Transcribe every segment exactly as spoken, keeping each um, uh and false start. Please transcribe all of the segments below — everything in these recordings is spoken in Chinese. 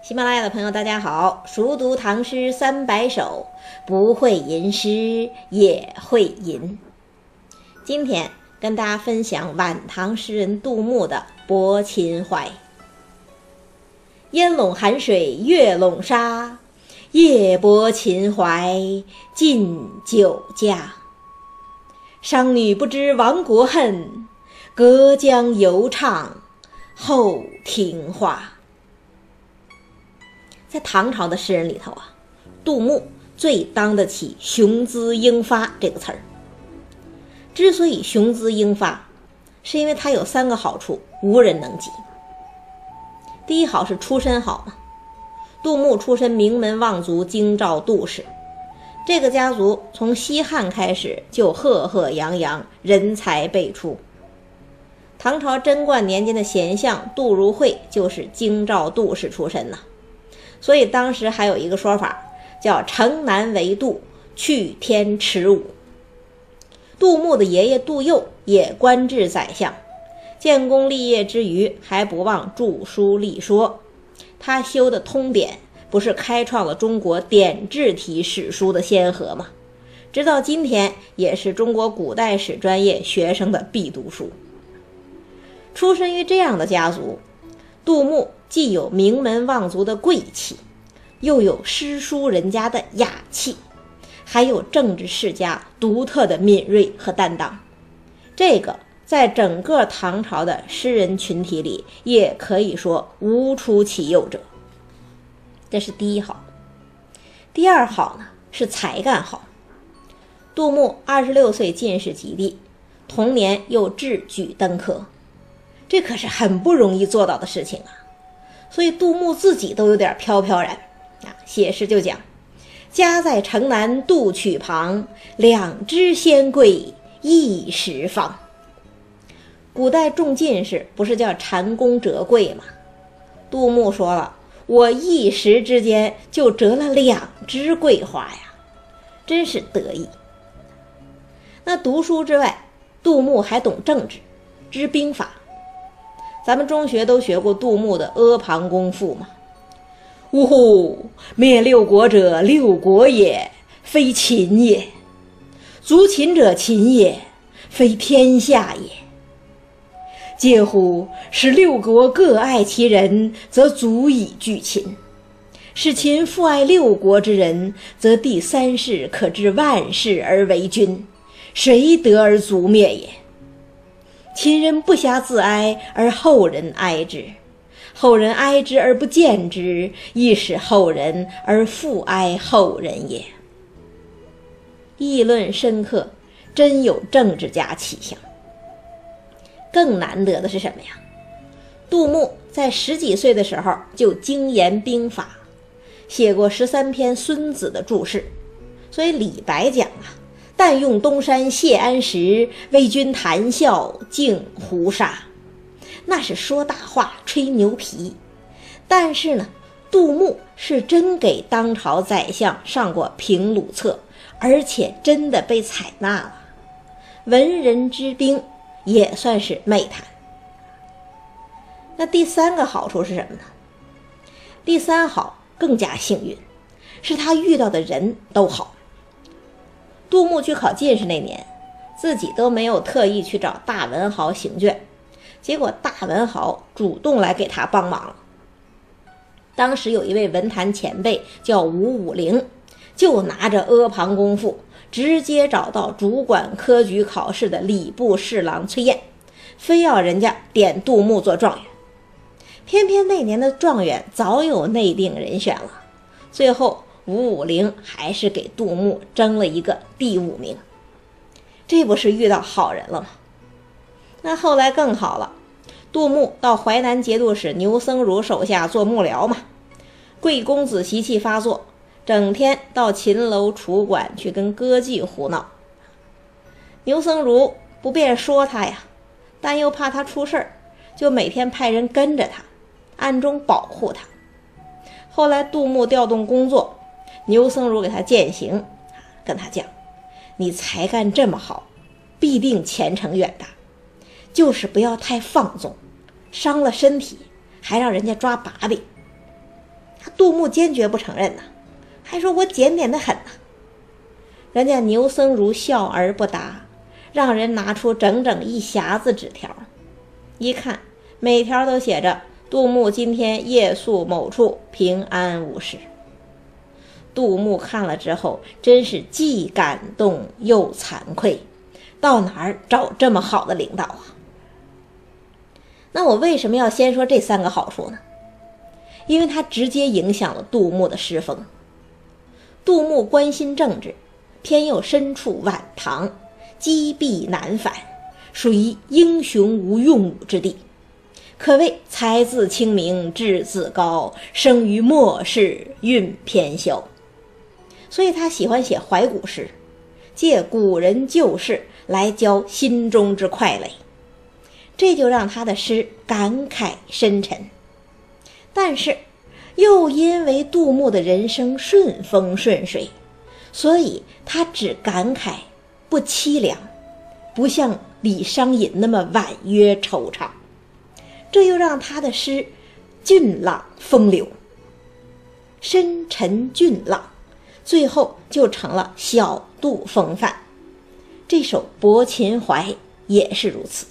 喜马拉雅的朋友大家好，熟读唐诗三百首，不会吟诗也会吟。今天跟大家分享晚唐诗人杜牧的《泊秦淮》。烟笼寒水月笼沙，夜泊秦淮近酒家。商女不知亡国恨，隔江犹唱后庭花。在唐朝的诗人里头啊，杜牧最当得起雄姿英发这个词儿。之所以雄姿英发，是因为他有三个好处，无人能及。第一好是出身好嘛，杜牧出身名门望族京兆杜氏，这个家族从西汉开始就赫赫扬扬，人才辈出。唐朝贞观年间的贤相杜如晦就是京兆杜氏出身呐、啊。所以当时还有一个说法叫城南为杜，去天池舞。杜牧的爷爷杜佑也官至宰相，建功立业之余还不忘著书立说。他修的通典不是开创了中国典制体史书的先河吗？直到今天也是中国古代史专业学生的必读书。出身于这样的家族，杜牧既有名门望族的贵气，又有诗书人家的雅气，还有政治世家独特的敏锐和担当。这个在整个唐朝的诗人群体里也可以说无出其右者。这是第一好。第二好呢是才干好。杜牧二十六岁进士及第，同年又制举登科，这可是很不容易做到的事情啊。所以杜牧自己都有点飘飘然啊，写诗就讲：家在城南杜曲旁，两枝仙桂一时芳。古代中进士不是叫蟾宫折桂吗？杜牧说了，我一时之间就折了两枝桂花呀，真是得意。那读书之外，杜牧还懂政治，知兵法。咱们中学都学过杜牧的《阿房宫赋》嘛。呜呼，灭六国者六国也，非秦也；族秦者秦也，非天下也。嗟乎，使六国各爱其人，则足以拒秦；使秦复爱六国之人，则第三世可知万世而为君，谁得而足灭也？秦人不暇自哀，而后人哀之；后人哀之而不见之，亦使后人而复哀后人也。议论深刻，真有政治家气象。更难得的是什么呀？杜牧在十几岁的时候就精研兵法，写过十三篇孙子的注释。所以李白讲啊，但用东山谢安石，为君谈笑尽胡沙。那是说大话吹牛皮。但是呢，杜牧是真给当朝宰相上过平鲁册，而且真的被采纳了。文人之兵也算是美谈。那第三个好处是什么呢？第三好更加幸运，是他遇到的人都好。杜牧去考进士那年，自己都没有特意去找大文豪行卷，结果大文豪主动来给他帮忙了。当时有一位文坛前辈叫吴武陵，就拿着《阿房宫赋》直接找到主管科举考试的礼部侍郎崔砚，非要人家点杜牧做状元。偏偏那年的状元早有内定人选了，最后吴武陵还是给杜牧争了一个第五名。这不是遇到好人了吗？那后来更好了，杜牧到淮南节度使牛僧孺手下做幕僚嘛，贵公子习气发作，整天到秦楼楚馆去跟歌妓胡闹。牛僧孺不便说他呀，但又怕他出事儿，就每天派人跟着他，暗中保护他。后来杜牧调动工作，牛僧孺给他践行，跟他讲，你才干这么好，必定前程远大，就是不要太放纵，伤了身体还让人家抓把柄。 他杜牧坚决不承认呐，还说我检点的很呐。人家牛僧孺笑而不答，让人拿出整整一匣子纸条，一看每条都写着杜牧今天夜宿某处，平安无事。杜牧看了之后真是既感动又惭愧，到哪儿找这么好的领导啊？那我为什么要先说这三个好处呢？因为它直接影响了杜牧的诗风。杜牧关心政治，偏又身处晚唐，积弊难返，属于英雄无用武之地，可谓才自清明志自高，生于末世运偏消。所以他喜欢写怀古诗，借古人旧事来浇心中之快慰，这就让他的诗感慨深沉。但是又因为杜牧的人生顺风顺水，所以他只感慨不凄凉，不像李商隐那么婉约惆怅，这又让他的诗俊朗风流，深沉俊朗，最后就成了小杜风范。这首《泊秦淮》也是如此。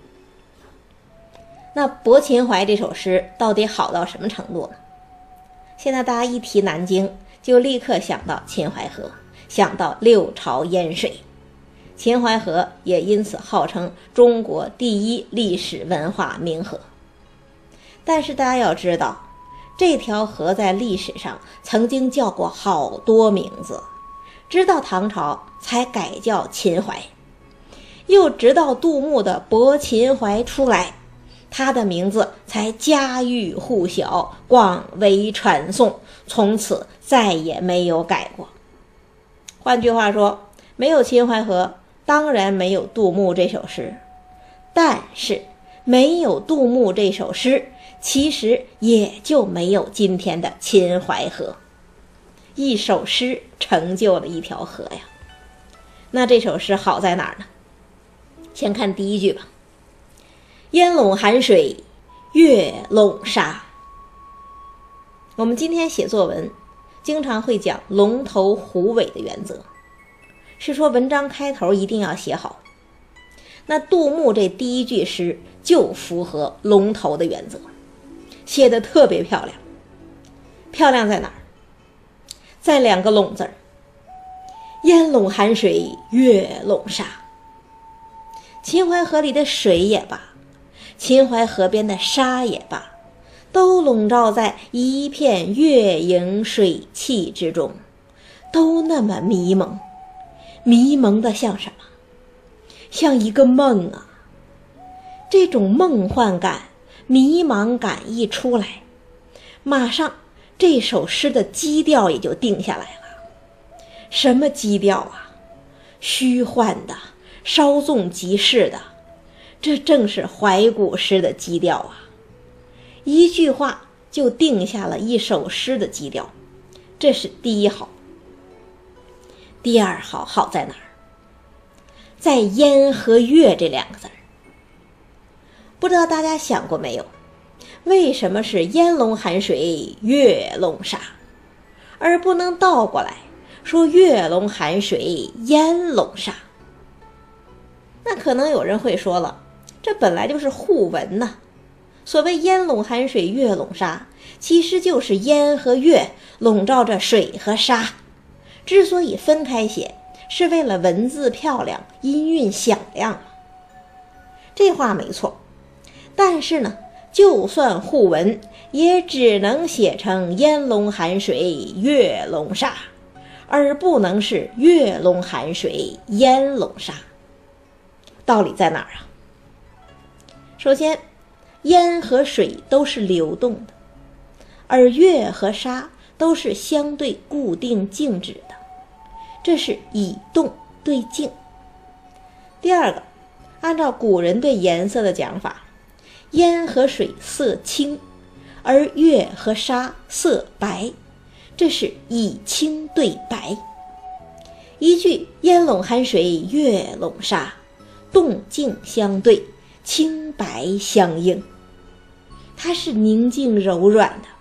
那《泊秦淮》这首诗到底好到什么程度呢？现在大家一提南京，就立刻想到秦淮河，想到六朝淹水。秦淮河也因此号称中国第一历史文化名河。但是大家要知道，这条河在历史上曾经叫过好多名字，直到唐朝才改叫秦淮，又直到杜牧的《泊秦淮》出来，他的名字才家喻户晓，广为传颂，从此再也没有改过。换句话说，没有秦淮河，当然没有杜牧这首诗。但是没有杜牧这首诗，其实也就没有今天的秦淮河。一首诗成就了一条河呀。那这首诗好在哪儿呢？先看第一句吧。烟笼寒水，月笼沙。我们今天写作文经常会讲龙头虎尾的原则，是说文章开头一定要写好。那杜牧这第一句诗就符合龙头的原则，写得特别漂亮。漂亮在哪儿？在两个笼字儿，烟笼寒水，月笼沙。秦淮河里的水也罢，秦淮河边的沙也罢，都笼罩在一片月影水汽之中，都那么迷蒙，迷蒙的像什么？像一个梦啊。这种梦幻感、迷茫感一出来，马上这首诗的基调也就定下来了。什么基调啊？虚幻的，稍纵即逝的，这正是怀古诗的基调啊。一句话就定下了一首诗的基调，这是第一好。第二好好在哪儿？在烟和月这两个字儿。不知道大家想过没有，为什么是烟笼寒水，月笼沙，而不能倒过来说月笼寒水，烟笼沙？那可能有人会说了，这本来就是互文呐。所谓烟笼寒水，月笼沙，其实就是烟和月笼罩着水和沙。之所以分开写，是为了文字漂亮，音韵响亮。这话没错，但是呢，就算互文，也只能写成烟笼寒水，月笼沙，而不能是月笼寒水，烟笼沙。道理在哪儿啊？首先，烟和水都是流动的，而月和沙都是相对固定静止的，这是以动对静。第二个，按照古人对颜色的讲法，烟和水色青，而月和沙色白，这是以青对白。一句烟笼寒水，月笼沙，动静相对，清白相应，它是宁静柔软的，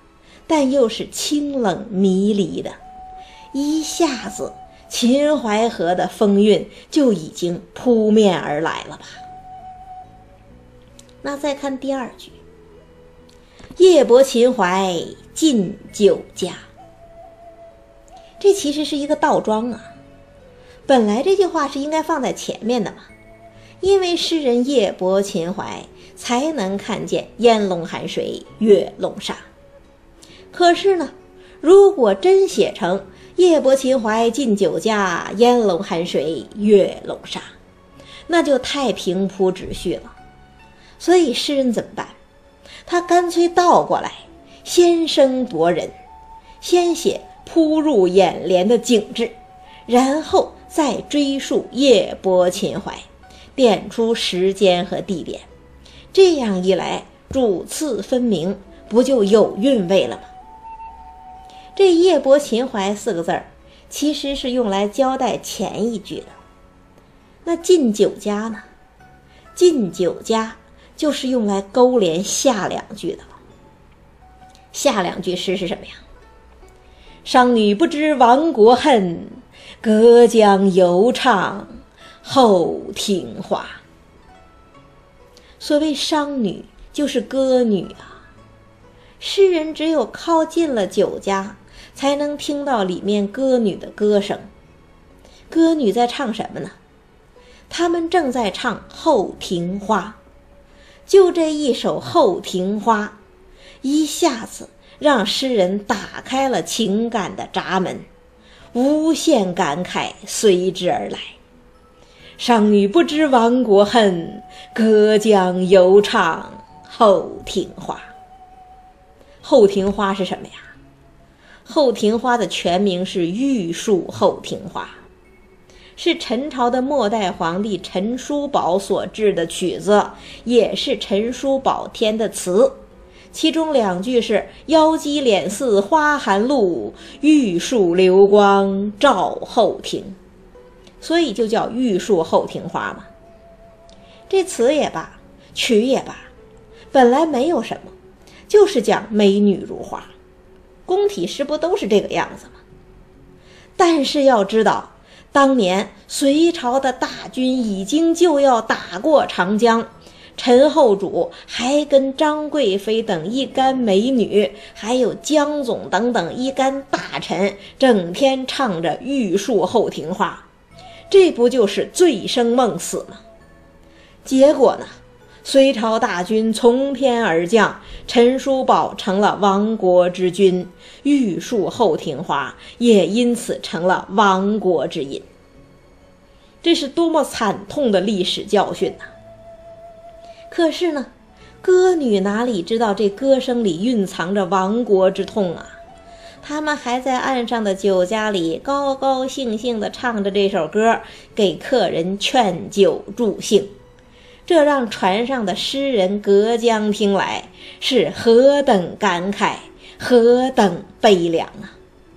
但又是清冷迷离的，一下子秦淮河的风韵就已经扑面而来了吧。那再看第二句，夜泊秦淮近酒家，这其实是一个倒装啊。本来这句话是应该放在前面的嘛，因为诗人夜泊秦淮才能看见烟笼寒水月笼沙。可是呢，如果真写成夜泊秦淮近酒家，烟笼寒水月笼沙，那就太平铺直叙了。所以诗人怎么办？他干脆倒过来，先声夺人，先写扑入眼帘的景致，然后再追溯夜泊秦淮，点出时间和地点。这样一来，主次分明，不就有韵味了吗？这夜泊秦淮四个字儿，其实是用来交代前一句的。那近酒家呢？近酒家就是用来勾连下两句的了。下两句诗是什么呀？商女不知亡国恨，隔江犹唱后庭花。所谓商女，就是歌女啊。诗人只有靠近了酒家，才能听到里面歌女的歌声。歌女在唱什么呢？他们正在唱《后庭花》。就这一首《后庭花》，一下子让诗人打开了情感的闸门，无限感慨随之而来。商女不知亡国恨，隔江犹唱后庭花。后庭花是什么呀？后庭花的全名是玉树后庭花，是陈朝的末代皇帝陈叔宝所制的曲子，也是陈叔宝填的词。其中两句是腰肌脸似花含露，玉树流光照后庭，所以就叫玉树后庭花嘛。这词也罢，曲也罢，本来没有什么，就是讲美女如花，宫体诗不都是这个样子吗？但是要知道，当年隋朝的大军已经就要打过长江，陈后主还跟张贵妃等一干美女，还有江总等等一干大臣，整天唱着玉树后庭花，这不就是醉生梦死吗？结果呢，隋朝大军从天而降，陈叔宝成了亡国之君，玉树后庭花也因此成了亡国之音。这是多么惨痛的历史教训啊！可是呢，歌女哪里知道这歌声里蕴藏着亡国之痛啊？他们还在岸上的酒家里高高兴兴地唱着这首歌，给客人劝酒助兴。这让船上的诗人隔江听来是何等感慨，何等悲凉啊！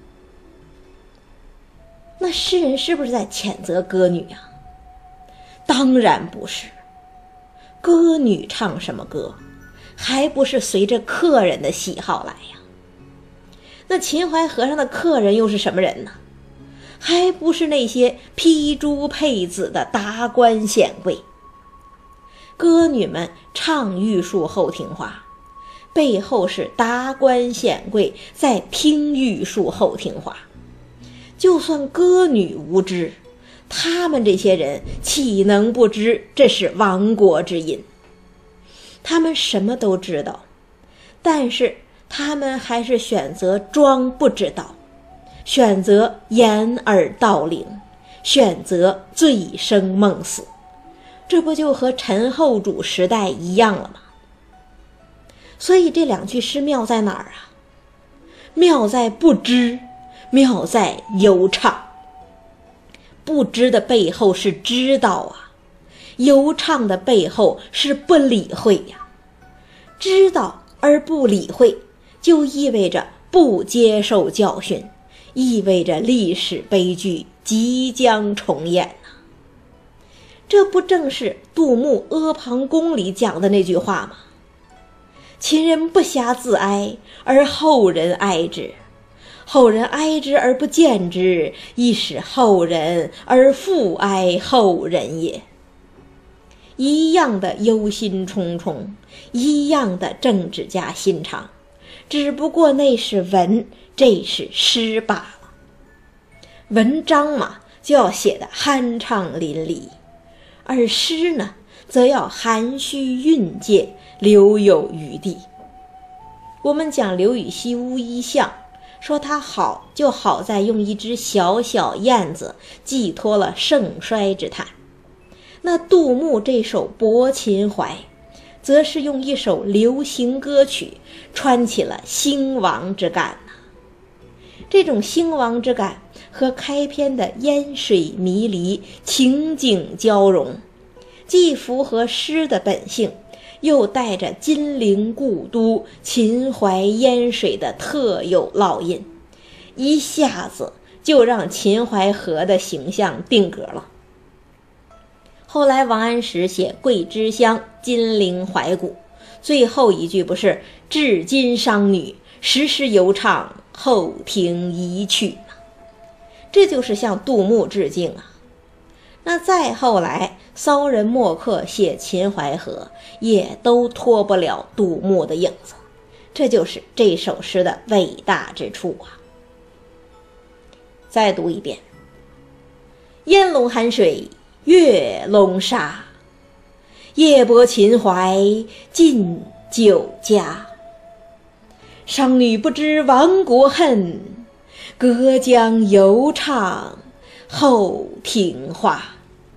那诗人是不是在谴责歌女啊？当然不是。歌女唱什么歌，还不是随着客人的喜好来呀？那秦淮河上的客人又是什么人呢？还不是那些披珠佩紫的达官显贵。歌女们唱玉树后庭花，背后是达官显贵在听玉树后庭花。就算歌女无知，他们这些人岂能不知这是亡国之音？他们什么都知道，但是他们还是选择装不知道，选择掩耳盗铃，选择醉生梦死。这不就和陈后主时代一样了吗？所以这两句诗妙在哪儿啊？妙在不知，妙在悠唱。不知的背后是知道啊，悠唱的背后是不理会呀。知道而不理会，就意味着不接受教训，意味着历史悲剧即将重演啊。这不正是杜牧《阿房宫》里讲的那句话吗？ 秦人不暇自哀，而后人哀之；后人哀之而不见之，亦使后人而复哀后人也。一样的忧心忡忡，一样的政治家心肠，只不过那是文，这是诗罢了。文章嘛，就要写得酣畅淋漓，而诗呢，则要含蓄蕴藉，留有余地。我们讲刘禹锡乌衣巷，说他好就好在用一只小小燕子寄托了盛衰之叹。那杜牧这首《泊秦淮》，则是用一首流行歌曲穿起了兴亡之感呐。这种兴亡之感和开篇的烟水迷离情景交融，既符合诗的本性，又带着金陵故都秦淮烟水的特有烙印，一下子就让秦淮河的形象定格了。后来王安石写桂枝香，金陵怀古，最后一句不是至今商女，时时犹唱后庭遗曲吗？这就是向杜牧致敬啊。那再后来骚人墨客写秦淮河，也都脱不了杜牧的影子，这就是这首诗的伟大之处啊。再读一遍：烟笼寒水月笼沙，夜泊秦淮近酒家。商女不知亡国恨，隔江犹唱后庭花。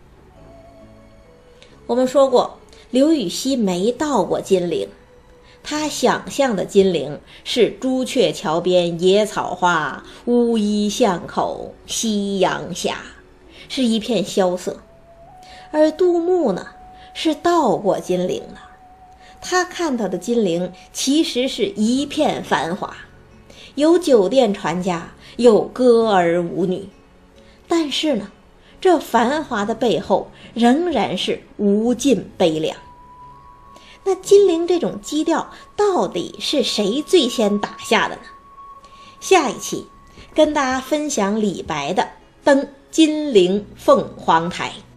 我们说过，刘禹锡没到过金陵，他想象的金陵是朱雀桥边野草花，乌衣巷口夕阳下，是一片萧瑟。而杜牧呢，是到过金陵的，他看到的金陵其实是一片繁华，有酒店船家，有歌儿舞女，但是呢，这繁华的背后仍然是无尽悲凉。那金陵这种基调到底是谁最先打下的呢？下一期跟大家分享李白的《登金陵凤凰台》。